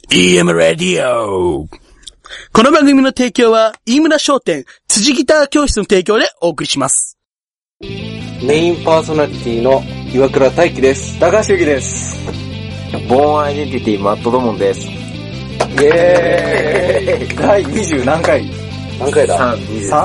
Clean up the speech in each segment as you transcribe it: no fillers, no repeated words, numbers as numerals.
EM ラディオ。この番組の提供は、飯村商店、辻ギター教室の提供でお送りします。 メインパーソナリティの岩倉大輝です。 高橋由紀です。 ボーンアイデンティティマットドモンです。イエーイ第20何回何回だ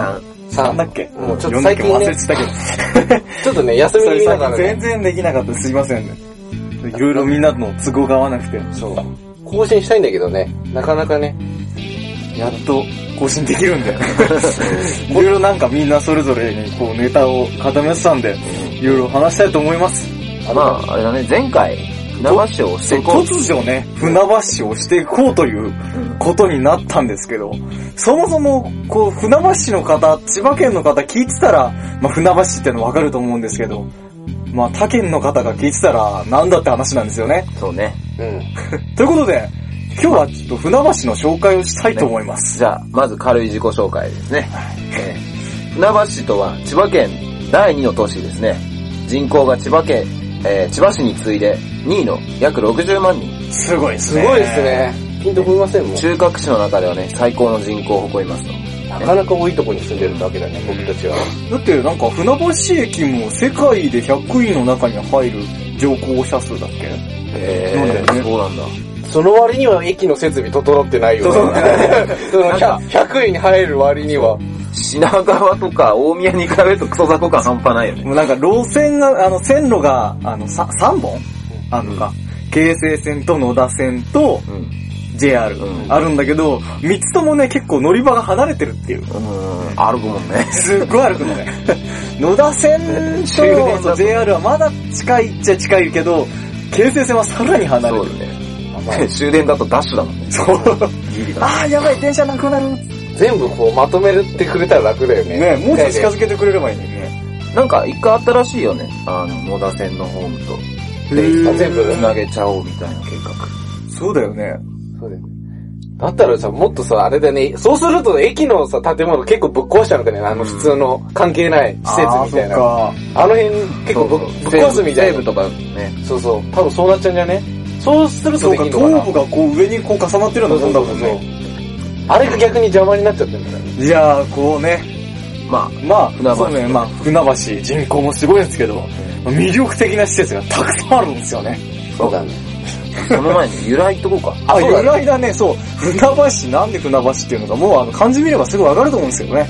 3?3 だっけもうちょっと最近ね、 忘れてたけどちょっとね、休み気味だからね。 全然できなかった。すいませんね。いろいろみんなの都合が合わなくて。 そう。更新したいんだけどね、なかなかね。 やっと更新できるんだよ。いろいろなんかみんなそれぞれにこうネタを固めてたんで、いろいろ話したいと思います。 まあ、あれだね、前回、船橋をしていこう。 突如ね、船橋をしていこうということになったんですけど、そもそも、こう、船橋の方、千葉県の方聞いてたら、まあ、船橋ってのわかると思うんですけど、まあ、他県の方が聞いてたら、なんだって話なんですよね。 そうね。 うん。 ということで、今日はちょっと船橋の紹介をしたいと思います。 じゃあ、まず軽い自己紹介ですね。船橋市とは千葉県第2の都市ですね。人口が千葉市に次いで2位の約60万人。 すごいですね。 すごいですね。ピンと踏みませんもん。 中核市の中ではね、最高の人口を誇りますと。 なかなか多いところに住んでるわけだね、僕たちは。 だってなんか船橋駅も世界で100位の中に入る乗降者数だっけ？ なんだよね。そうなんだ。 その割には駅の設備整ってないよね。整ってない。その100位に入る割には。 品川とか大宮に比べるとクソ雑魚感半端ないよね。 もうなんか路線が、線路が、3本あるのか。京成線と野田線と、JR、あるんだけど、3つともね、結構乗り場が離れてるっていう。 歩くもんね。 すっごい歩くのね。野田線と JR はまだ近いっちゃ近いけど、京成線はさらに離れてる。 そうだね。終電だとダッシュだもんね。 そう。あーやばい、電車なくなる。 全部こうまとめてくれたら楽だよね。 ね、もうちょっと近づけてくれればいいのにね。 なんか一回あったらしいよね。野田線のホームと。 全部繋げちゃおうみたいな計画。 そうだよね。 そうだよね。だったらさ、もっとさ、あれだね、そうすると駅のさ、建物結構ぶっ壊しちゃうのかね、普通の関係ない施設みたいな。あの辺結構ぶっ壊すみたいな。 西部とかね。 そうそう。多分そうなっちゃうんじゃね？そうするとできんのかな。 頭部がこう上にこう重なってるようなもんだもんね。 あれが逆に邪魔になっちゃってるんだよ。 じゃあ、こうね。まあ、 船橋。 そうね、まあ、船橋、人口もすごいですけど、魅力的な施設がたくさんあるんですよね。 そうだね。 その前に由来とこうか。 由来だね、そう。船橋、なんで船橋っていうのか、もう漢字見ればすぐわかると思うんですけどね。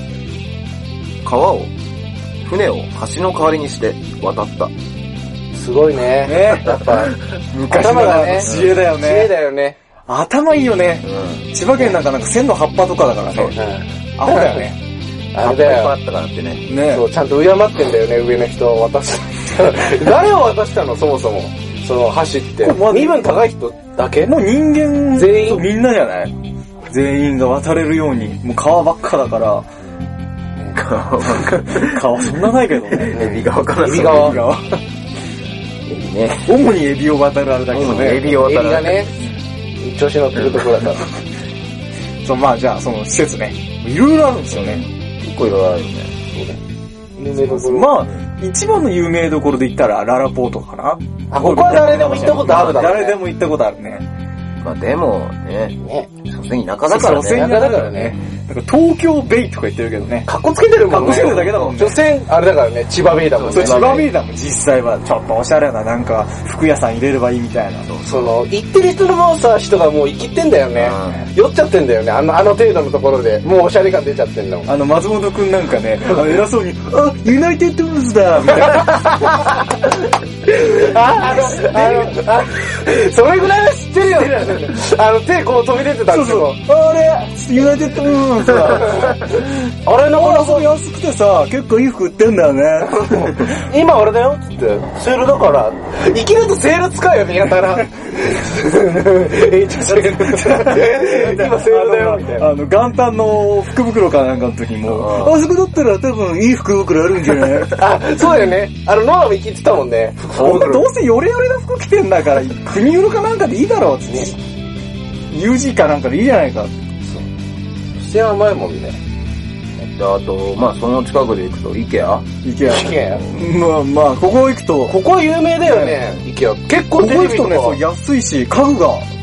船を橋の代わりにして渡った。 すごいね。 ね。やっぱ、昔の知恵だよね。 知恵だよね。 頭いいよね。千葉県なんか線の葉っぱとかだからね。アホだよね。 あれだよ。 あったからってね。 ね。 そう、ちゃんと敬ってんだよね、上の人を渡す。誰を渡したの、そもそも。その橋って。身分高い人だけもう人間全員みんなじゃない？全員が渡れるように、もう川ばっかだから。川そんなないけどね。 エビ川から。 エビ川。 ね。 主にエビを渡るあれだけどね。 エビを渡る。 エビがね、調子乗ってるところだから。 そう、まあじゃあその施設ね。いろいろあるんですよね。 結構いろいろあるよね。 そうだよ。有名どころ。 まあ、一番の有名どころで言ったらララポートかな。 ここは誰でも行ったことあるだろうね。 誰でも行ったことあるね。 まあでもね、所詮田舎だからね。 所詮田舎だからね。なんか東京ベイとか言ってるけどね。 かっこつけてるもんね。 かっこつけてるだけだもんね。 所詮、あれだからね、千葉ベイだもんね。 そう、千葉ベイだもん、実際は。ちょっとおしゃれななんか、服屋さん入れればいいみたいな。 行ってる人のさ、人がもう生きってんだよね。酔っちゃってんだよね。あの程度のところで。もうおしゃれ感出ちゃってんの。 松本くんなんかね、偉そうに、ユナイテッドブーズだみたいな。 それぐらいは知ってるよね。手こう飛び出てたんですよ。 あれ、ユナイテッドブーズだ。あれのからそう安くてさ、結構いい服売ってんだよね。 今あれだよって、セールだから。生きるとセール使うよね、やたら。今セールだよ、みたいな。元旦の福袋かなんかの時も、あそこだったら多分いい福袋あるんじゃない？そうだよね。ノアも生きてたもんね。 どうせヨレヨレな服着てんだから、国売かなんかでいいだろうって。UG かなんかでいいじゃないか。 そして甘いもんね。 あと、まあその近くで行くと、イケア。 まあ、ここ行くと。 ここは有名だよね、イケア。結構ここ行くとね、そう安いし、家具が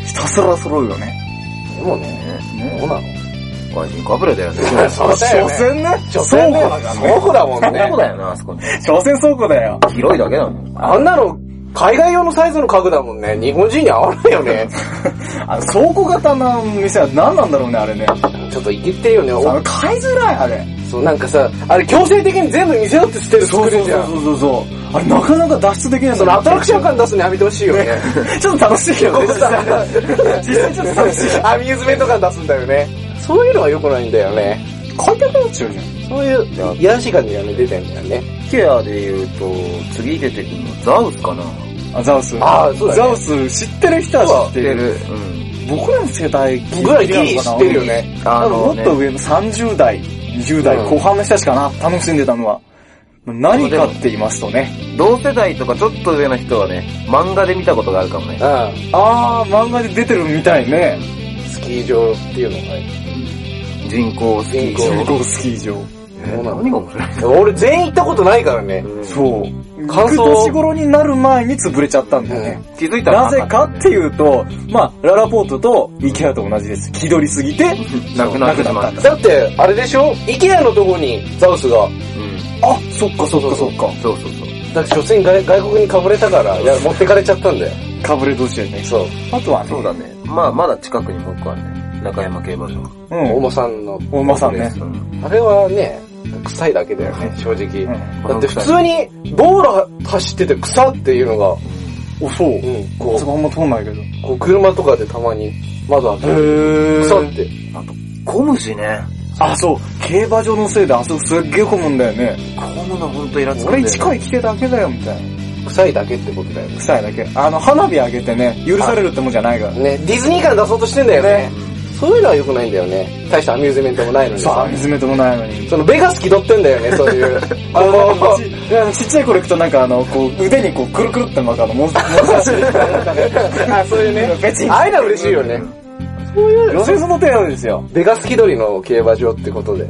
ひたすら揃うよね。 でもね、どうなの？ 外人かぶれだよね。 そうだよね。 所詮ね。 所詮ね。倉庫だもんね。 倉庫だよな、あそこに。 所詮倉庫だよ。 広いだけだもん。 あんなの、海外用のサイズの家具だもんね。日本人に合わないよね。 倉庫型の店は何なんだろうね、あれね。 ちょっと言ってよね。 買いづらい、あれ。 そう、なんかさ、あれ強制的に全部見せようってしてる作るじゃん。 そう。あれなかなか脱出できないんだそのアトラクション感出すのやめてほしいよね。 ちょっと楽しいよね。実際ちょっと楽しい。 アミューズメント感出すんだよね。そういうのが良くないんだよね。 買いたくなっちゃうじゃん。 そういう、いやらしい感じがね、出てんだよね。 イケアで言うと、次出てくるのザウスかな。 ザウス。 ああ、そうだね。 ザウス知ってる人は知ってる。 僕らの世代僕らギリ知ってるよね。 もっと上の30代、20代後半の人たちかな、楽しんでたのは。何かって言いますとね。 同世代とかちょっと上の人はね、漫画で見たことがあるかもね。 漫画で出てるみたいね。 スキー場っていうのが。 人工スキー場。 人工スキー場。 何が面白い？ 俺全員行ったことないからね。 そう。行く年頃になる前に潰れちゃったんだよね。 気づいたらなぜかっていうと、ララポートとイケアと同じです。気取りすぎて、 なくなってしまった。 だって、あれでしょ？イケアのとこにザウスが。 あ、そっか。 そう。 だって所詮外国にかぶれたから、持ってかれちゃったんだよ。 かぶれ同士でね。 そう。 あとはね。 そうだね。まだ近くにもう一個あるね。中山競馬場。 大間さんの。 大間さんね。 あれはね、臭いだけだよね、正直。だって普通に道路走ってて草っていうのが、 そう。 こう、 そこあんま通んないけど。 こう車とかでたまに窓開けて、草って。 あと、混むしね。 あ、そう。競馬場のせいであそこすっげえ混むんだよね。 混むのほんとイラつくんだよね。 俺1回来てだけだよ、みたいな。 臭いだけってことだよね。 臭いだけ。花火上げてね、許されるってもんじゃないから。 ね、ディズニー感出そうとしてんだよね。そういうのは良くないんだよね。大したアミューズメントもないのにさ。そう、アミューズメントもないのに。 そのベガス気取ってんだよね、そういう。 ちっちゃい子で行くとなんか腕にこう、くるくるって巻く物差し。 あ、そういうね。ああいうの嬉しいよね。そういう。 要するにその程度ですよ。 ベガス気取りの競馬場ってことで。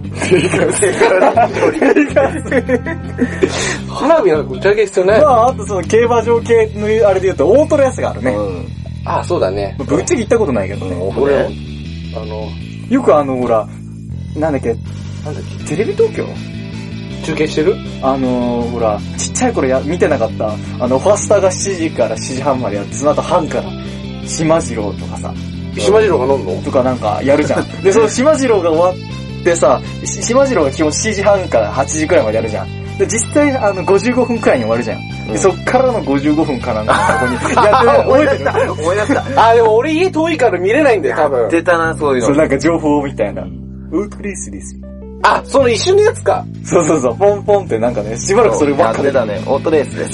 花火なんか打ち上げ必要ない。 あとその競馬場系のあれで言うと、オートレースがあるね。 あ、そうだね。 ぶっちゃけ行ったことないけどね。 俺、 よくほら、なんだっけ、テレビ東京中継してるほら、ちっちゃい頃見てなかった、ファスターが7時から7時半までやって、その後半から、島次郎とかさ。 島次郎が飲んのとかなんかやるじゃん。で、その島次郎が終わってさ、島次郎が基本7時半から8時くらいまでやるじゃん。で、実際55分くらいに終わるじゃん。で、そっからの55分かなんか、ここにやってる。 思い出した。 あ、でも俺家遠いから見れないんだよ、多分。 出たな、そういうの。 そう、なんか情報みたいな。ウートレースです。 あ、その一瞬のやつか。 そう、ポンポンってなんかね、しばらくそればっかり。 出たね、オートレースです。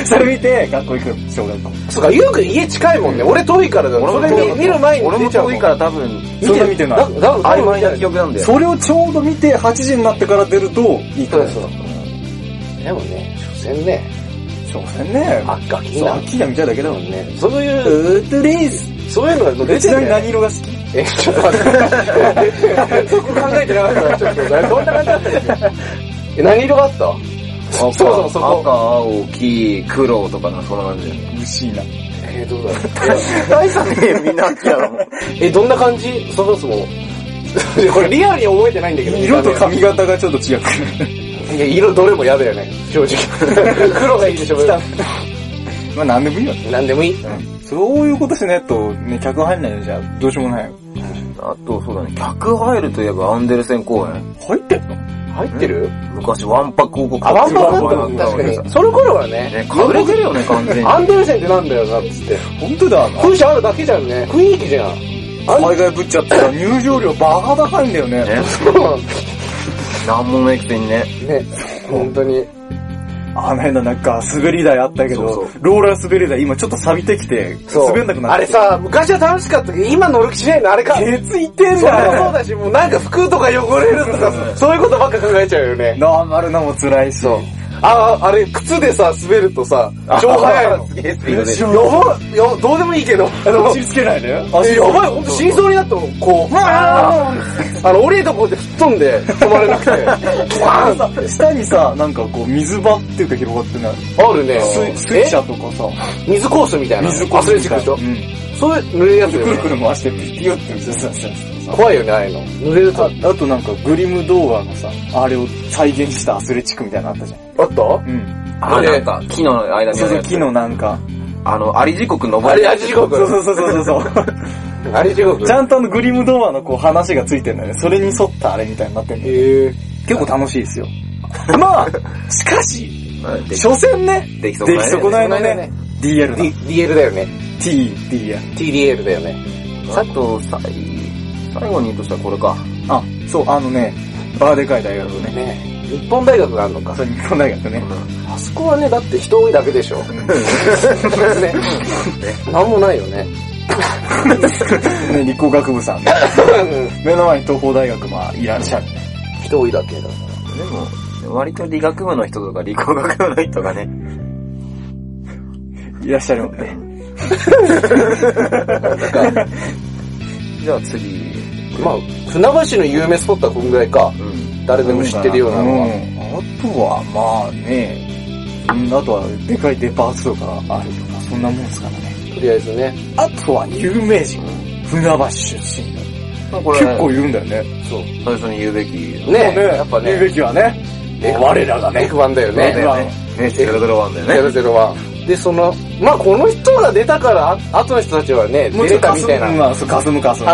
それ見て、学校行くの、小学校。 そうか、ゆうくん家近いもんね。俺遠いからだよ。それ見る前に俺も遠いから多分、 そんな見てない。 曖昧な記憶なんだよ。 それをちょうど見て、8時になってから出ると、いいから。 そう。でもね、所詮ね。 ガキが見たいだけだもんね。 そういう、 ウートレース。 そういうのが出てる。 ちなみに何色が好き？ ちょっと待って。そこ考えてなかったら、ちょっと、どんな感じだったんですか？何色があった？ そうそこ。赤、青、黄、黒とかな、そんな感じだよね。 嬉しいな。 どうだろう。 大差ね、みんな秋やろ。 どんな感じ？そもそも。これリアルに覚えてないんだけど。 色と髪型がちょっと違くいや、色どれも嫌だよね、正直。黒がいいでしょ、 まあ何でもいいよ。 何でもいい。 そういうことしないとね、客入んないよ、じゃあ、どうしようもないよ。 あと、そうだね、客入るといえばアンデルセン公園。 入ってんの？ 入ってる？ 昔ワンパク王国。 あ、ワンパクだったの？確かに。その頃はね。 かぶれてるよね、完全に。 アンデルセンってなんだよな、つって。 本当だ。 風車あるだけじゃんね。雰囲気じゃん。 海外ぶっちゃってさ、入場料バカ高いんだよね。 なんもないくせにね。 ね、本当に。 変ななんか滑り台あったけど、ローラー滑り台今ちょっと錆びてきて、滑んなくなって。 あれさ、昔は楽しかったけど、今乗る気しないのあれか。 ケツいってんだよ。 そうだし、もうなんか服とか汚れるとか、そういうことばっか考えちゃうよね。 ノーマルなも辛いし。そう。 あれ、靴でさ、滑るとさ、超速いの。 すげえスピードで。 やばい、どうでもいいけど。 足つけないで。やばい、ほんと死にそうになったもん、こう。降りるとこで吹っ飛んで、止まれなくて。 下にさ、なんかこう、水場っていうか広がってない。 あるね。 水車とかさ。 水コースみたいな。 水コースみたいな。 でしょ。 そういう濡れるやつくるよね。 くる回してピュってそうそうそう怖いよね、ああいうの。濡れると。 あとなんかグリム童話のさ、あれを再現したアスレチックみたいなのあったじゃん。 あったあ、なんか、木の間にそうそう、木のなんか。 アリ地獄登り。 アリ地獄。 そうそうそうそう。 アリ地獄。 ちゃんとグリム童話のこう話がついてんだよね。それに沿ったあれみたいになってんだよ。結構楽しいですよ。まあ、しかし、所詮ね、 出来出来損ないのね、DL だ。 DL だよね。 TDL。 TDL だよね。 あと、最後に言うとしたらこれか。 あ、そう、バーでかい大学ね。 ね、日本大学があるのか。 そう、日本大学ね。 あそこはね、だって人多いだけでしょ。ね。なんもないよね。 ね、理工学部さんね。目の前に東邦大学もいらっしゃるね。 人多いだけだから。 でも、割と理学部の人とか理工学部の人がね、 いらっしゃるもんね。 じゃあ次。 まあ、船橋の有名スポットはこんぐらいか。誰でも知ってるようなのは。 あとは、まあね、あとはでかいデパートとかあるとか、そんなもんですからね。 とりあえずね。 あとは有名人。船橋出身。結構いるんだよね。 そう。 最初に言うべき。 ね、やっぱね。 言うべきはね。我らがね。 F1 だよね。 001だよね。 001。で、まあこの人が出たから、後の人たちはね、出れたみたいな。 まあ、そう、かすむ。 だって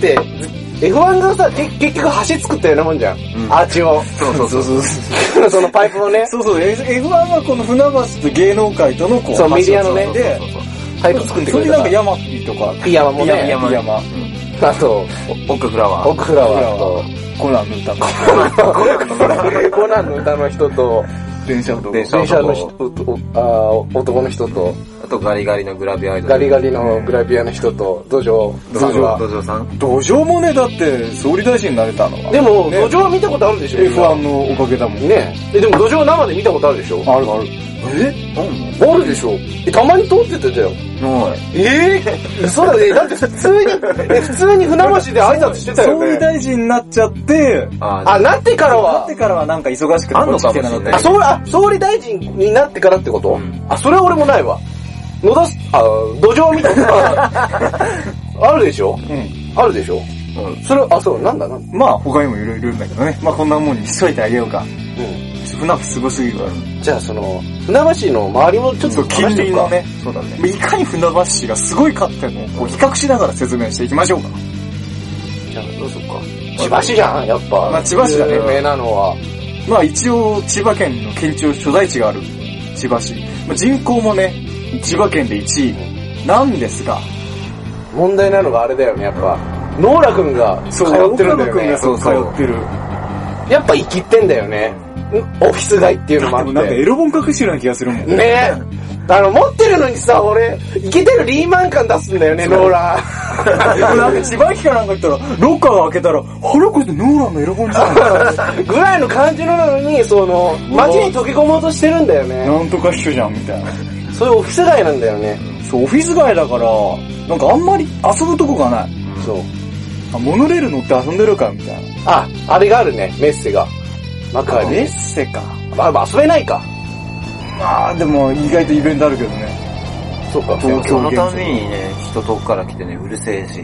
、F1 がさ、結局橋作ったようなもんじゃん。アーチを。そう。そのパイプをね。 そう、F1 はこの船橋と芸能界とのこう、 そう、メディアのね。 で、 パイプ作ってくれた。 それなんか山とか。 ピヤマもね。 ピヤマ。 あと、 オックフラワー。 と、 コナンの歌の。 コナンの歌の人と、 電車の人と、男の人と、 あとガリガリのグラビアアイドル。 ガリガリのグラビアの人と、土壌さん。 土壌もね、だって総理大臣になれたのは。 でも、土壌は見たことあるでしょ ?F1 のおかげだもん。 ねでも土壌生で見たことあるでしょある。 あるでしょたまに通っててたよ。嘘だね。だって普通に船橋で挨拶してたよね。 総理大臣になっちゃって、 なってからはなんか忙しくてこっち来てなかったり。 総理大臣になってからってこと？それは俺もないわ。土壌見たことあるでしょ？あるでしょ？それ、そう、なんだ。 まあ、他にもいろいろいるんだけどね。まあ、こんなもんにしといてあげようか。船橋すごすぎるから。 じゃあ、船橋の周りもちょっと近隣のね。そうだね。いかに船橋がすごいかっていうのをこう比較しながら説明していきましょうか。 じゃあ、どうするか。千葉市じゃん、やっぱ。 まあ、千葉市だね。 有名なのは。 まあ、一応、千葉県の県庁所在地がある千葉市。まあ、人口もね、千葉県で1位なんですが。 問題なのがあれだよね、やっぱ。ノーラくんが通ってるんだよね。 そう、通ってる。 やっぱ生きってんだよね。オフィス街っていうのもあって。 なんかエロ本隠してるような気がするもん。 ね持ってるのにさ、俺、生きてるリーマン感出すんだよね、ノーラ。 なんか千葉駅かなんか行ったら、ロッカーが開けたら、あれこれノーラのエロ本じゃん。 ぐらいの感じなのに、街に溶け込もうとしてるんだよね。 なんとか一緒じゃん、みたいな。 そういうオフィス街なんだよね。 そう、オフィス街だから、なんかあんまり遊ぶとこがない。 そう。 モノレール乗って遊んでるか、みたいな。 あれがあるね、メッセが。メッセか。 遊べないか。 まあ、でも意外とイベントあるけどね。 そうか、 東京のためにね、人遠くから来てね、うるせえし。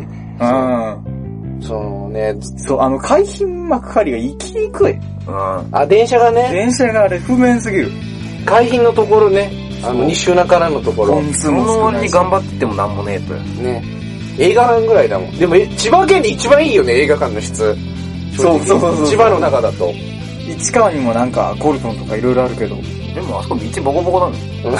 そう、 海浜幕張が行きにくい。 電車がね。 電車があれ不便すぎる。 海浜のところね、西中からのところ。 その割に頑張っててもなんもねえと。 ね。映画館ぐらいだもん。でも、千葉県で一番いいよね、映画館の質。 そう。 千葉の中だと。 市川にもなんか、コルトンとかいろいろあるけど。 でもあそこ道ボコボコなの。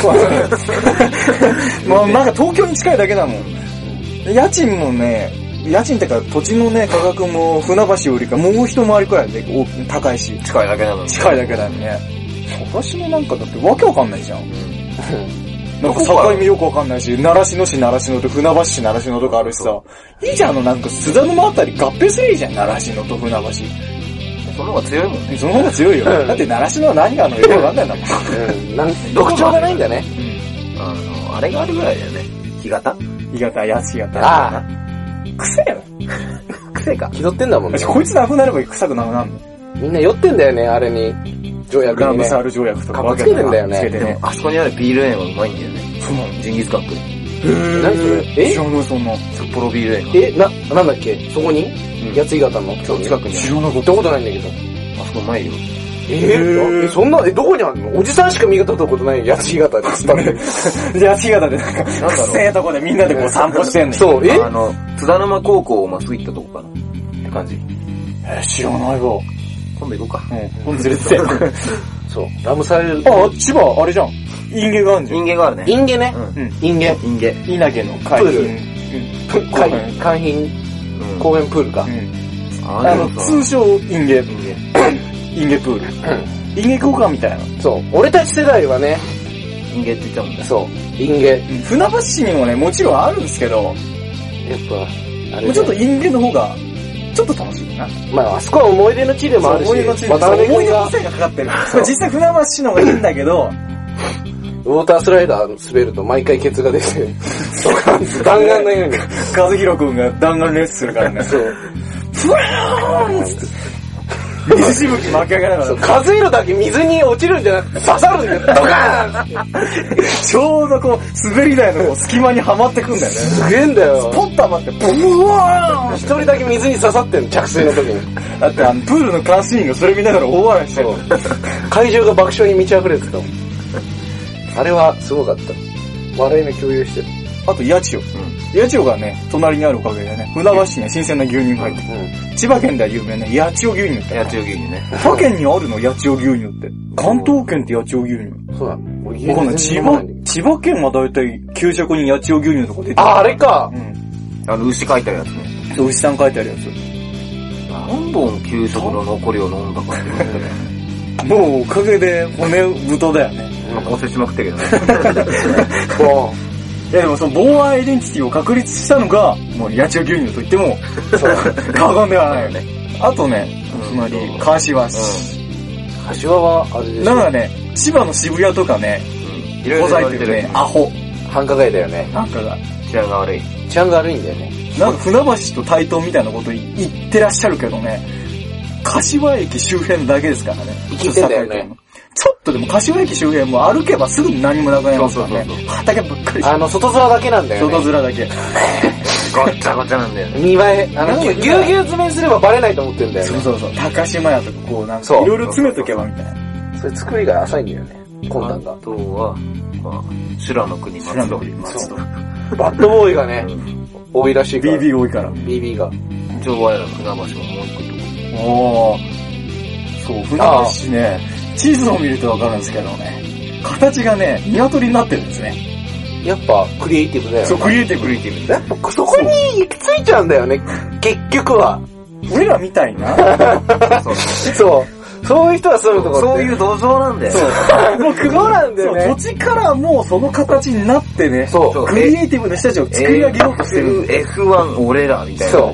もうなんか東京に近いだけだもん。家賃もね、家賃ってか土地のね、価格も船橋よりかもう一回りくらいで高いし。 近いだけなの。 近いだけだよね。私のなんかだってわけわかんないじゃん。なんか境目よくわかんないし、習志野市習志野と船橋市習志野とかあるしさ。いいじゃん、なんか須田沼あたり合併すりゃいいじゃん、習志野と船橋。 その方が強いもんね。 その方が強いよ。だって習志野は何がよくわかんないんだもん。 特徴がないんだね。 あれがあるぐらいだよね。干潟、 八つ潟。癖やろ。 癖か。気取ってんだもんね。 こいつなくなれば臭くなくなるの。 みんな酔ってんだよね、あれに。条約にね。 ガムサール条約とかつけてんだよね。 でも、あそこにあるビール園はうまいんだよね。ジンギスカップ。 何それ？ 知らない、そんな。 札幌ビール園。 なんだっけそこに八つ井潟の近くに。 知らなかった。 行ったことないんだけど。 あそこうまいよ。 そんな、どこにあるの？おじさんしか見たことない八つ井潟でつったんで。 八つ井潟でなんか、くっせえとこでみんなでこう散歩してんの。 そう、 津田沼高校をまっすぐ行ったとこかな。って感じ。 知らないわ。 今度行こうか。 今度連れてって。 そう、ラムサイル。 千葉、あれじゃん。インゲがあるじゃん。 インゲがあるね。 インゲね。インゲ。 稲毛の海浜。 海浜公園プールか。 通称インゲ。インゲプール。インゲ交換みたいな。 そう。俺たち世代はね、 インゲって言っちゃうんだ。 そう。インゲ。 船橋市にもね、もちろんあるんですけど、 やっぱ、あれ。 ちょっとインゲの方が、ちょっと楽しいな。 まあ、あそこは思い出の地でもあるし、 思い出の地で思い出の線がかかってる。実際船橋市の方がいいんだけど、 ウォータースライダー滑ると毎回ケツが出て、弾丸のように。 和弘くんが弾丸レースするからね。そう。ふわーんっつって。水しぶき巻き上げながら。 和弘だけ水に落ちるんじゃなくて刺さるんだよ。ドカーンちょうどこう、滑り台のこう隙間にはまってくんだよね。 すげえんだよ。 ポッとはまって、ブワーン一人だけ水に刺さってんの、着水の時に。 だってプールの監視員がそれ見ながら大笑いしてる。 会場が爆笑に満ち溢れてたもん。あれはすごかった。笑いの共有してる。 あと、八千代。八千代がね、隣にあるおかげでね、船橋市には新鮮な牛乳が入ってる。千葉県では有名な八千代牛乳って。 八千代牛乳ね。 他県にあるの八千代牛乳って。関東圏って八千代牛乳。 そうなの。 わかんない。千葉県はだいたい給食に八千代牛乳とか出てる。 あれか。 牛書いてあるやつね。 牛さん書いてあるやつ。 何本給食の残りを飲んだかって思ってね。 もうおかげで骨太だよね。 骨折しまくったけどね。 ボーン。 いやでもそのボーンアイデンティティを確立したのが、もう八千代牛乳と言っても、過言ではないよね。あとね、つまり、柏市。 柏は、あれでしょ。 だからね、千葉の渋谷とかね、ございてるね、アホ。 繁華街だよね。 なんかが。 治安が悪い。 治安が悪いんだよね。 なんか船橋と台東みたいなこと言ってらっしゃるけどね、柏駅周辺だけですからね。 生きてんだよね。 ちょっとでも柏駅周辺も歩けばすぐに何もなくなりますからね。畑ばっかりして。 外面だけなんだよね。 外面だけ。 ごっちゃごちゃなんだよね。 見栄え。ぎゅうぎゅう詰めすればバレないと思ってんだよね。 そう。高島屋とかこうなんかいろいろ詰めとけばみたいな。 それ作りが浅いんだよね。魂胆が。 あとは、修羅の国松戸。 バッドボーイがね、多いらしいから。 BB 多いから。 BB が。 一応我らの船橋ももう一個そう、船橋ね、地図を見るとわかるんですけどね、形がね、鶏になってるんですね。 やっぱ、クリエイティブだよね。 そう、クリエイティブ。 やっぱ、そこに行き着いちゃうんだよね、結局は。 俺らみたいな。 そういう人はそういうところ。 そういう土壌なんだよ。 もうそうなんだよね。 土地からもうその形になってね、クリエイティブな人たちを作り上げようとしてる。 F1 俺らみたいな。 そう。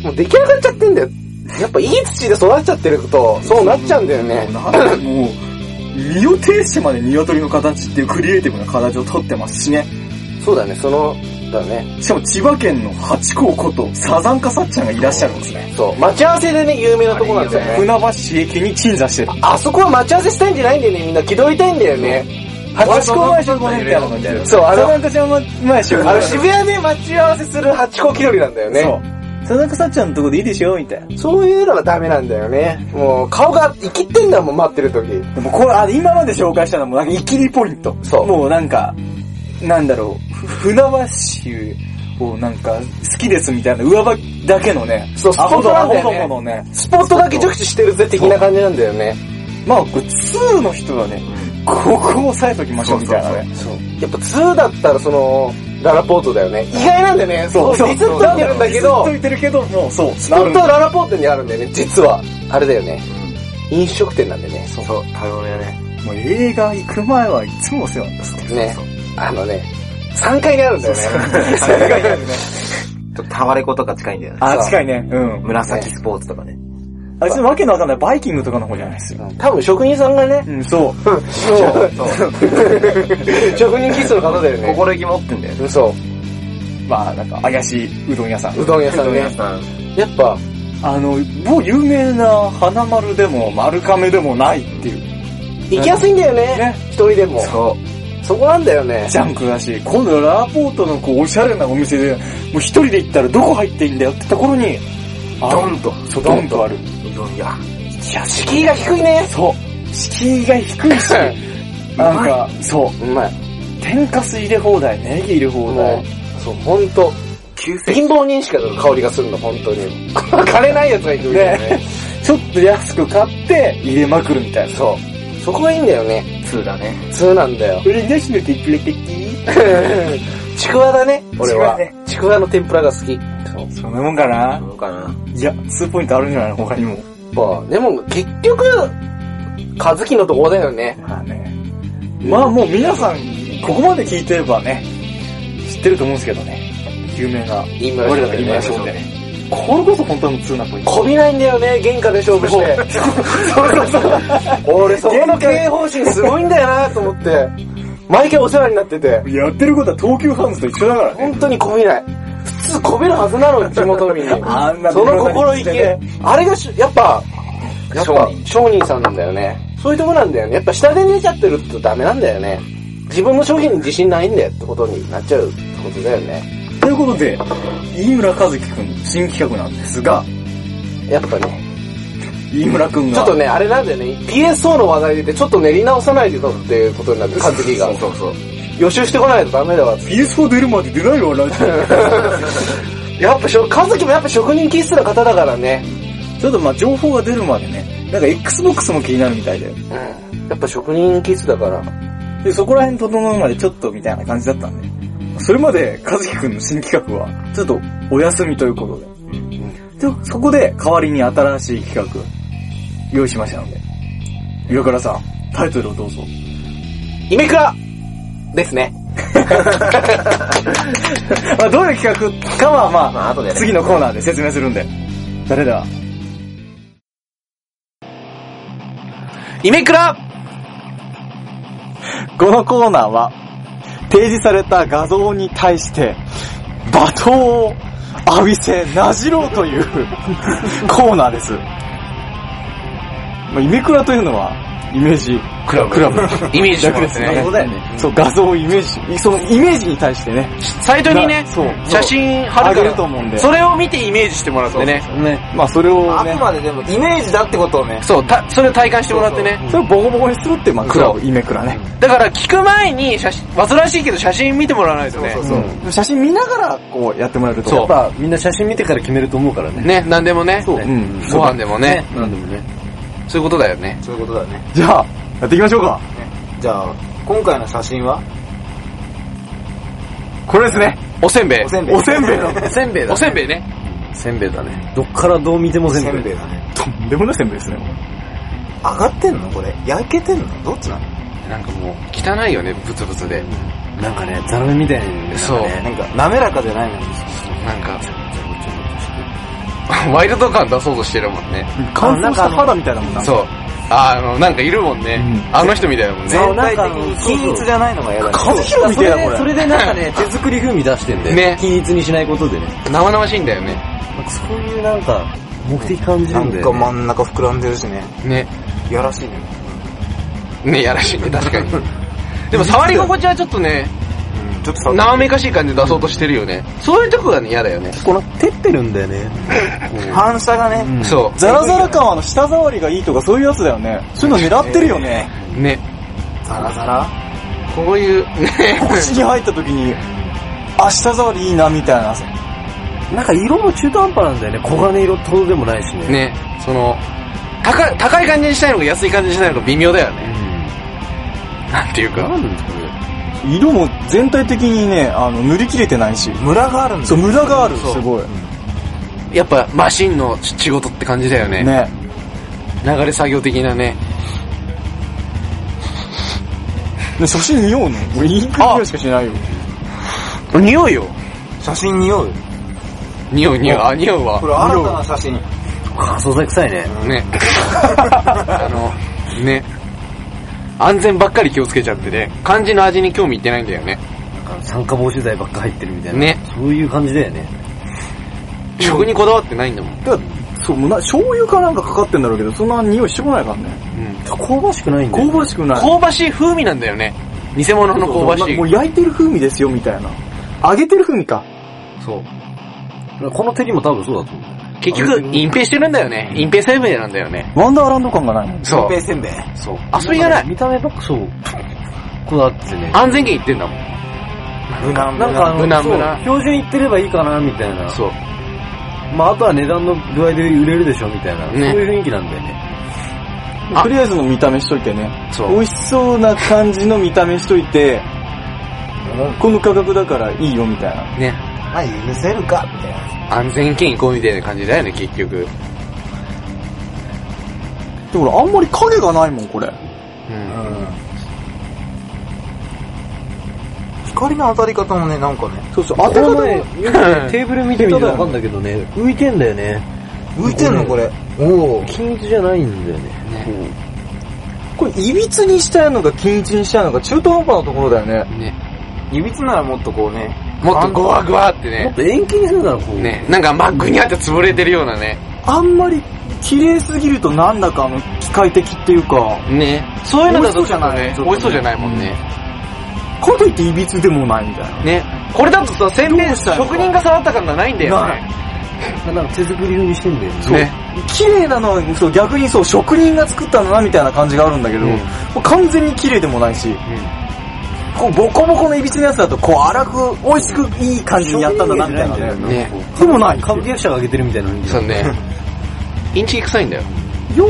もう出来上がっちゃってんだよ。やっぱいい土で育っちゃってると、そうなっちゃうんだよね。 なんかもう、身を挺してまで鶏の形っていうクリエイティブな形をとってますしね。 そうだね、だね。 しかも千葉県の八甲ことサザンカサッチャンがいらっしゃるんですね。 そう。待ち合わせでね、有名なとこなんだよね。 船橋駅に鎮座してる。 あそこは待ち合わせしたいんじゃないんだよね、みんな気取りたいんだよね。 八甲前集合ねみたいな感じで。 そう、 サザンカちゃん前集合。 渋谷で待ち合わせする八甲気取りなんだよね。そう。 サザンカサッチャンのとこでいいでしょみたいな。 そういうのがダメなんだよね。もう、顔が生きってんだもん、待ってる時。 でもこれ、今まで紹介したのはもうなんか生きりポイント。そう。もうなんか、なんだろう、船橋をなんか好きですみたいな上場だけのね、 そう、スポットなんだよね。スポットだけ熟知してるぜ的な感じなんだよね。 まあ、これ2の人はね、ここを押さえときましょうみたいなね。 そう。やっぱ2だったらララポートだよね。意外なんだよね。そう。ディスっといてるんだけど。ディスっといてるけど、もうそう。スポットはララポートにあるんだよね、実は。あれだよね。飲食店なんでね。 そう、多様だね。 もう映画行く前はいつもお世話になってね。3階にあるんだよね。3階にあるね。 ちょっとタワレコとか近いんだよね。 あ、近いね。うん。 紫スポーツとかね。 あいつわけのわかんないバイキングとかの方じゃないですよ。 多分職人さんがね。 うん、そう。 職人気質の方だよね。 心意気持ってんだよね。 そう。 まあ、なんか怪しいうどん屋さん。 うどん屋さんね。やっぱ、 某有名な花丸でも丸亀でもないっていう。 行きやすいんだよね。一人でも。 そそこなんだよね。 ジャンクだし、今度ララポートのこう、おしゃれなお店で、もう一人で行ったらどこ入っていいんだよってところに、 ドンと。 そう、ドンとある。 いや、 いや、敷居が低いね。 そう。敷居が低いし、なんか、そう。 うまい。 天かす入れ放題、ネギ入れ放題。 そう、ほんと。貧乏人しか香りがするの、ほんとに。金ないやつがいるみたいなね。 ちょっと安く買って入れまくるみたいな。 そう。そこがいいんだよね。 2だね。 2なんだよ。 俺、なしのテンプラ的ちくわだね、俺は。ちくわの天ぷらが好き。 そう。そんなもんかな。 そうかな。 いや、2ポイントあるんじゃないの他にも。 でも、結局、和樹のとこだよね。 まあね。まあもう皆さん、ここまで聞いてればね、知ってると思うんですけどね。有名な、我らが今でしょうね。これこそ本当の2なポイント。 こびないんだよね、原価で勝負して。俺、そこの経営方針すごいんだよなと思って、毎回お世話になってて。 やってることは東急ハンズと一緒だからね。 本当にこびない。普通こびるはずなの、地元民に。 あんなその心意気。あれがやっぱ商人さんなんだよね。そういうとこなんだよね。やっぱ下で寝ちゃってるってダメなんだよね。自分の商品に自信ないんだよってことになっちゃうってことだよね。 ということで、飯村和樹くん新企画なんですが、 やっぱね、 飯村くんが。 ちょっとね、あれなんだよね、PSO の話題でちょっと練り直さないでとっていうことになって、和樹が。 そう。 予習してこないとダメだわ。 PS4 出るまで出ないわ、ラジオ。やっぱ和樹もやっぱ職人気質な方だからね。 ちょっとまあ情報が出るまでね、なんか Xbox も気になるみたいで。 やっぱ職人気質だから。 で、そこら辺整うまでちょっとみたいな感じだったんで。それまで、和樹くんの新企画は、ちょっとお休みということで。で、そこで代わりに新しい企画、用意しましたので。岩倉さん、タイトルをどうぞ。 イメクラですね。 まあどういう企画かはまあ、 後でね、 次のコーナーで説明するんで。それでは。 イメクラこのコーナーは、提示された画像に対して、罵倒を浴びせ、なじろうというコーナーです。まあ、イメクラというのは、イメージクラブ。 イメージですね。 そうだよね。そう、画像をイメージ、そのイメージに対してね。 サイトにね、写真貼るからと思うんで。 それを見てイメージしてもらってね。 まあそれをね。 あくまででもイメージだってことをね。 そう、それを体感してもらってね。 それをボコボコにするって、まあクラブ、イメクラね。 だから聞く前に煩わしいけど写真見てもらわないとね。 そう。写真見ながらこうやってもらえると。 やっぱみんな写真見てから決めると思うからね。 ね、なんでもね。 そう。 ご飯でもね。 なんでもね。 そういうことだよね。 そういうことだね。 じゃあ、やっていきましょうか。 じゃあ、今回の写真はこれですね。 おせんべい。 おせんべいの。 せんべいだ。 おせんべいね。 せんべいだね。どっからどう見てもせんべい。 せんべいだね。 とんでもないせんべいですね。 上がってんのこれ。焼けてんのどっちなのなんかもう、汚いよね、ブツブツで。 なんかね、ザラメみたいに。 そう。 なんか、滑らかじゃないのに。 なんか、ワイルド感出そうとしてるもんね。 乾燥した肌みたいなもんな。 そう。なんかいるもんね。あの人みたいなもんね。 全体的に均一じゃないのが嫌だね。 風広みたいなこれ。 それでなんかね、手作り風味出してんだよ。 ね。 均一にしないことでね。 生々しいんだよね。 そういうなんか、目的感じるんだよね。 なんか真ん中膨らんでるしね。 ね。 やらしいね。 ね、やらしいね、確かに。でも触り心地はちょっとね、 ちょっと生めかしい感じで出そうとしてるよね。そういうとこがね、嫌だよね。 この、照ってるんだよね。 反射がね。 そう。 ザラザラ感は舌触りがいいとかそういうやつだよね。そういうの狙ってるよね。 ね。 ザラザラこういう、ね。 口に入った時に、舌触りいいなみたいな。 なんか色も中途半端なんだよね。黄金色とでもないしね。 ね。高い感じにしたいのか安い感じにしたいのか微妙だよね。なんていうか。 なんですかね。 色も全体的にね、塗り切れてないし。 ムラがあるんだ。 そう、ムラがある。すごい。 やっぱマシンの仕事って感じだよね。 ね。 流れ作業的なね。 写真匂うの俺インク匂いしかしないよ。 匂いよ。 写真匂う匂うわ。 これ新たな写真。 乾燥剤臭いね。 ね。ね。安全ばっかり気をつけちゃってね、漢字の味に興味いってないんだよね。 なんか酸化防止剤ばっか入ってるみたいな。 ね。 そういう感じだよね。 食にこだわってないんだもん。 そう、醤油かなんかかかってんだろうけど、そんな匂いしてこないからね。 香ばしくないんだよ。 香ばしくない。 香ばしい風味なんだよね。 偽物の香ばしい。 もう焼いてる風味ですよ、みたいな。揚げてる風味か。 そう。 この照りも多分そうだと思う。 結局、隠蔽してるんだよね。隠蔽せんべいなんだよね。 ワンダーランド感がないもん。 そう。 ペーせんべい。 そう。遊びがない。 見た目ばっかそう。こだわってね。 安全圏言ってんだもん。 無難なんか無難無難。 標準言ってればいいかな、みたいな。 そう。 まああとは値段の具合で売れるでしょ、みたいな。 ねそういう雰囲気なんだよね。 とりあえずの見た目しといてね。 そう。 美味しそうな感じの見た目しといて、この価格だからいいよ、みたいな。 ね。 まあ許せるか、みたいな。 安全圏行こうみたいな感じだよね、結局。 でもあんまり影がないもん、これ。 光の当たり方もね、なんかね。 そうそう、当て方もテーブル見てみたらわかんだけどね、浮いてんだよね。 浮いてんのこれ。おお。 均一じゃないんだよね。 これ、いびつにしたいのか、均一にしたいのか、中途半端なところだよね。 ね。 いびつならもっとこうね。 もっとゴワゴワってね。 もっと円形にするならこう。 ね。なんかマッグにあって潰れてるようなね。 あんまり綺麗すぎるとなんだか機械的っていうか、 ね。そういうのだと美味しそうじゃないね、美味しそうじゃないもんね。 かといっていびつでもないみたいな。 ね。これだとさ、せんべい、 どうしたの職人が触った感がないんだよね。 なんか手作り風にしてんだよね。 そう。綺麗なのは、そう、逆にそう、職人が作ったんだなみたいな感じがあるんだけど、もう完全に綺麗でもないし、こうボコボコのいびつなやつだと、こう荒く、美味しくいい感じにやったんだなみたいなね。 ね。 でもない。 歌舞伎役者が上げてるみたいな雰囲気。 そうね。インチキ臭いんだよ。 よ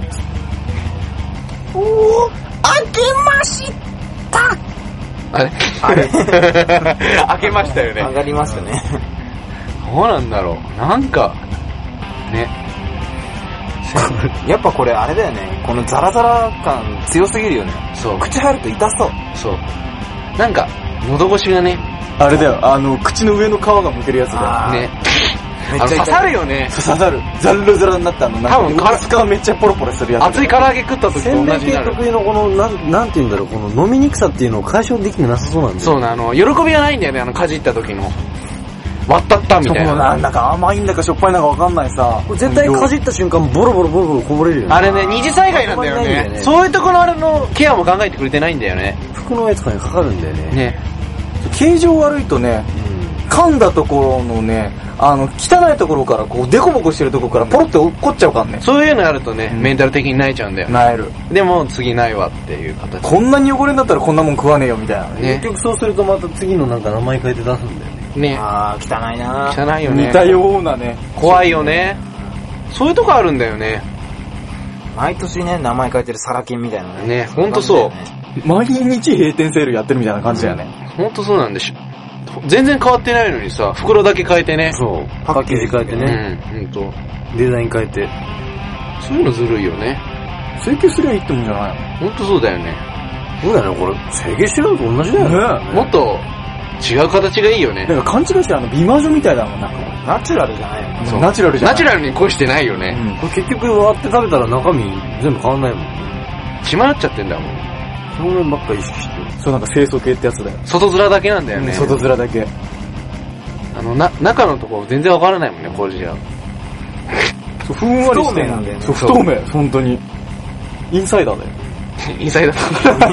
ーおー、開けましたあれ開けましたよね。 上がりましたね。 どうなんだろう。なんか、ね。 やっぱこれあれだよね。このザラザラ感強すぎるよね。 そう。 口入ると痛そう。 そう。なんか、喉越しがね。 あれだよ、口の上の皮がむけるやつだよ。 ね。 めっちゃ痛い。 刺さるよね。 刺さる。ザルザラになったなんか、 多分皮がめっちゃポロポロするやつ。 熱い唐揚げ食った時とせんべい系同じになる。 特有のこの、なんて言うんだろう、この飲みにくさっていうのを解消できてなさそうなんだよ。 そうな、喜びがないんだよね、かじった時の。割ったったみたいそうな。 なんだか甘いんだかしょっぱいんだかわかんないさ。 これ絶対かじった瞬間ボロボロボロボロこぼれるよね。 あれね、二次災害なんだよね。そういうところのあれのケアも考えてくれてないんだよね。 服のやつかにかかるんだよね。 ね。 形状悪いとね、噛んだところのね、汚いところからこう、デコボコしてるところからポロって落っこっちゃうからね。 そういうのあるとね、メンタル的に泣いちゃうんだよ。 なえる。 でも次ないわっていう形。 こんなに汚れんだったらこんなもん食わねえよみたいなね。 ね。 結局そうするとまた次のなんか名前変えて出すんだよね。 ね。 あー、汚いなー。 汚いよね。 似たようなね。 怖いよね。そういうとこあるんだよね。 毎年ね、名前書いてるサラ金みたいなね。 ね、ほんとそう。 毎日閉店セールやってるみたいな感じだよね。 ほんとそうなんでしょ。全然変わってないのにさ、袋だけ変えてね。 そう。パッケージ変えてうね。 ん、ほんと。 デザイン変えて。 そういうのずるいよね。 請求すりゃいいってもんじゃないほんとそうだよね。 そうだよね、これ。整形してるのと同じだよね。 のねもっと違う形がいいよね。 なんか勘違いして美魔女みたいだもんな。 ナチュラルじゃないよね。 そうナチュラルじゃん。 ナチュラルに恋してないよね。 これ結局割って食べたら中身全部変わんないもん。 血迷っちゃってんだもん。 表面ばっか意識してる。 そうなんか清楚系ってやつだよ。 外面だけなんだよね。 外面だけ。 中のとこ全然わからないもんね、これじゃ。 そう、ふんわりして不透明なんだよねそう、不透明、本当に。インサイダーだよ。 インサイダー。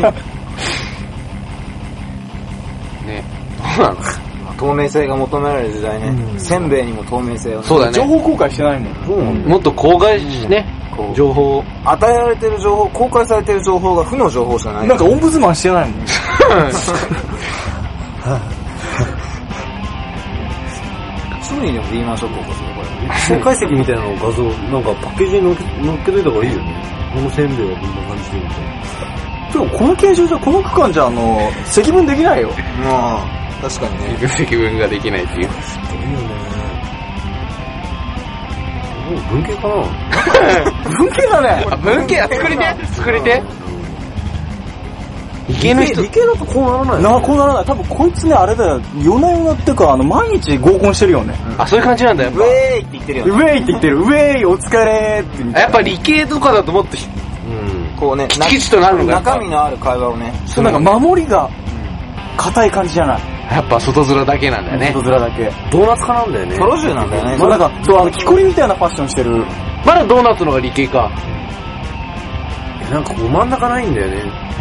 ね。どうなの？ 透明性が求められる時代ね。せんべいにも透明性をね。 そうだね。 情報公開してないもん。 そうなんだよ。 もっと公開しね、情報を。 与えられてる情報、公開されてる情報が負の情報しかない。 なんかオンブズマンしてないもん。 すぐにでも言いましょう、ここそれこれ。 一解析みたいなの画像、なんかパッケージに載っけといた方がいいよね。このせんべいはどんな感じでみたいな。 でもこの形状じゃ、この区間じゃ積分できないよ。 まあ、確かにね。 積分ができないっていう。 いいよね。もう文系かな文系だね。 文系作り手理系の人。 理系だとこうならないなあ、こうならない。多分こいつね、あれだよ。夜な夜なってか、毎日合コンしてるよね。 あ、そういう感じなんだよ。 ウェーイって言ってるよね。 ウェイって言ってる。ウェイお疲れって言って。 やっぱ理系とかだともっとこうね、 キチキチとなるのが中身のある会話をね。 そう、なんか守りが硬い感じじゃない。 やっぱ外面だけなんだよね。 外面だけ。 ドーナツ化なんだよね。 トロジュなんだよね。 そう、なんか、そう、木こりみたいなファッションしてる。 まだドーナツのが理系か。 なんかこう真ん中ないんだよね。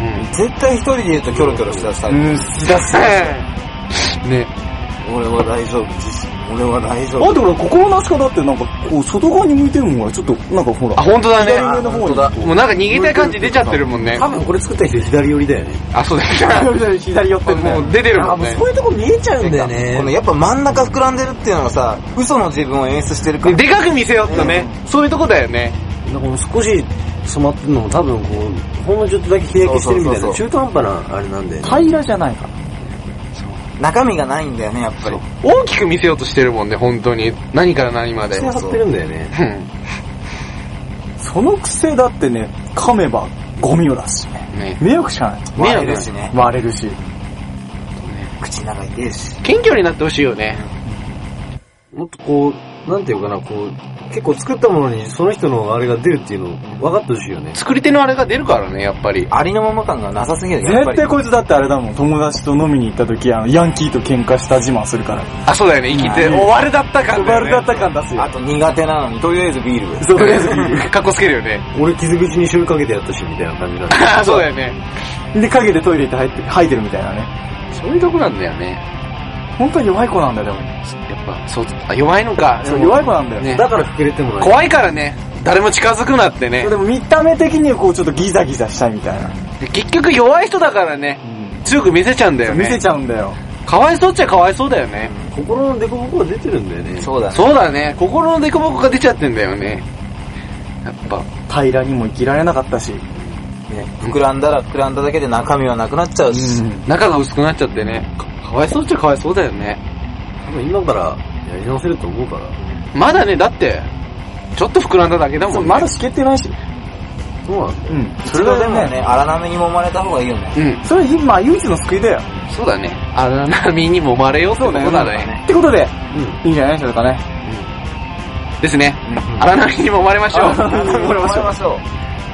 絶対一人でいるとキョロキョロしだすタイプ。しだす。 ね。 俺は大丈夫。俺は大丈夫。 あ、でも心なしかだってなんか、こう、外側に向いてるもんが、ちょっと、なんかほら。 あ、本当だね。 左上の方に。 もうなんか逃げたい感じ出ちゃってるもんね。 多分これ作った人左寄りだよね。 あ、そうだね。 左寄ってるね。 もう出てるもんね。 そういうとこ見えちゃうんだよね。 このやっぱ真ん中膨らんでるっていうのはさ、嘘の自分を演出してるから。 でかく見せようとね。そういうとこだよね。 なんかもう少し染まってるのも多分こう、ほんのちょっとだけ日焼けしてるみたいな中途半端なあれなんで。 平らじゃないから。 中身がないんだよね、やっぱり。 大きく見せようとしてるもんね、本当に。何から何まで。 癖張ってるんだよね。 その癖だってね、噛めばゴミを出すしね。迷惑しかない。 割れるしね。 割れるし。 口の中痛いし。 謙虚になってほしいよね。 もっとこう、なんていうかな、こう、結構作ったものにその人のあれが出るっていうの分かってほしいよね。 作り手のあれが出るからね、やっぱり。 ありのまま感がなさすぎる、やっぱり。 絶対こいつだってあれだもん、友達と飲みに行った時、ヤンキーと喧嘩した自慢するから。 あ、そうだよね、生きて、終わるだった感だよね。 終わるだった感出すよ。 あと苦手なのに、とりあえずビール。 そう、とりあえずビール。 かっこつけるよね。 俺傷口に醤油かけてやったし、みたいな感じなんで。 あ、そうだよね。 で、影でトイレ行って吐いてるみたいなね。 そういうとこなんだよね。 本当に弱い子なんだよ、でも。 やっぱ、そう、あ、弱いのか。 そう、弱い子なんだよ。 ね。 だから膨れてもない。 怖いからね。誰も近づくなってね。 でも見た目的にはこうちょっとギザギザしたいみたいな。 結局弱い人だからね、強く見せちゃうんだよね。 見せちゃうんだよ。 かわいそうっちゃかわいそうだよね。 心のデコボコが出てるんだよね。 そうだね。 そうだね。心のデコボコが出ちゃってんだよね。やっぱ。 平らにも生きられなかったし。 ね、膨らんだら膨らんだだけで中身はなくなっちゃうし。 中が薄くなっちゃってね。かわいそうっちゃかわいそうだよね。 今からやり直せると思うから。 まだね、だって、ちょっと膨らんだだけだもんね。 まだしけってないし。 そうなんだよ。 それはでもね、荒波に揉まれた方がいいよね。 それ今唯一の救いだよ。 そうだね。荒波に揉まれようってことだね。 ってことで、いいんじゃないでしょうかね。 ですね。荒波に揉まれましょう。 揉まれましょう。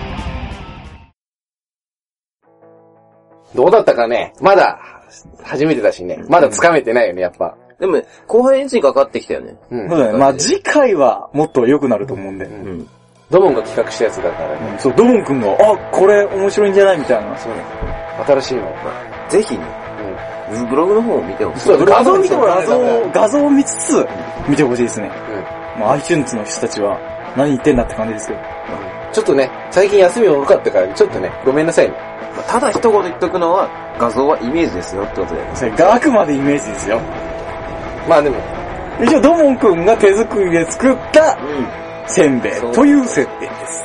どうだったかね。まだ、初めてだしね。まだ掴めてないよね、やっぱ。 でも、後半エンジンかかってきたよね。 そうだね。まあ次回はもっと良くなると思うんで。 ドモンが企画したやつだからね。 そう、ドモン君が、あ、これ面白いんじゃないみたいな。そう新しいの。 ぜひね、ブログの方を見てほしい。 そう、画像見てもらう。画像を見つつ、見てほしいですね。まあ iTunes の人たちは、何言ってんだって感じですけど。 ちょっとね、最近休み多かったから、ちょっとね、ごめんなさいね。 ただ一言言っとくのは、画像はイメージですよってことだよね。 それがあくまでイメージですよ。 まあでも、 一応ドモン君が手作りで作った、せんべいという設定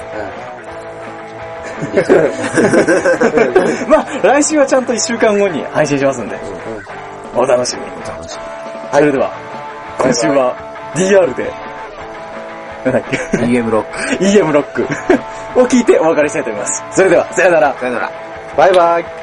です。まあ、来週はちゃんと1週間後に配信しますんで、お楽しみに。それでは、今週は DR で、なんだっけ EM ロック。 EM ロックを聞いてお別れしたいと思います。それでは、さよなら。 さよなら。 バイバイ。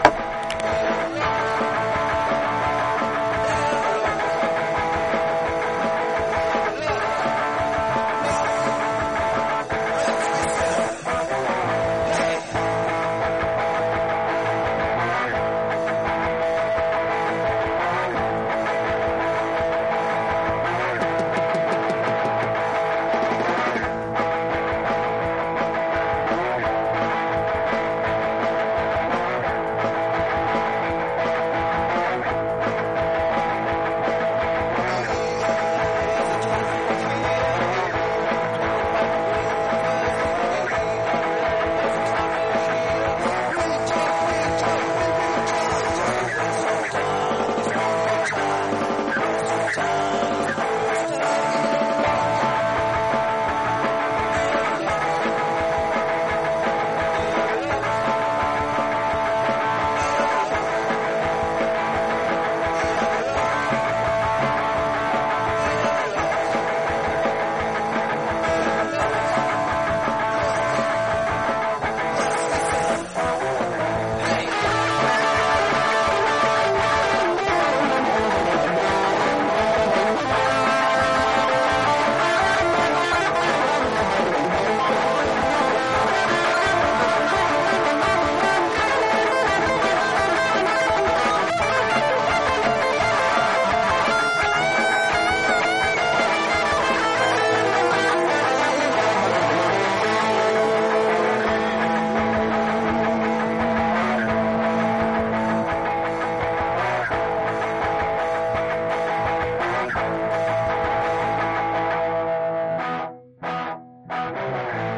す。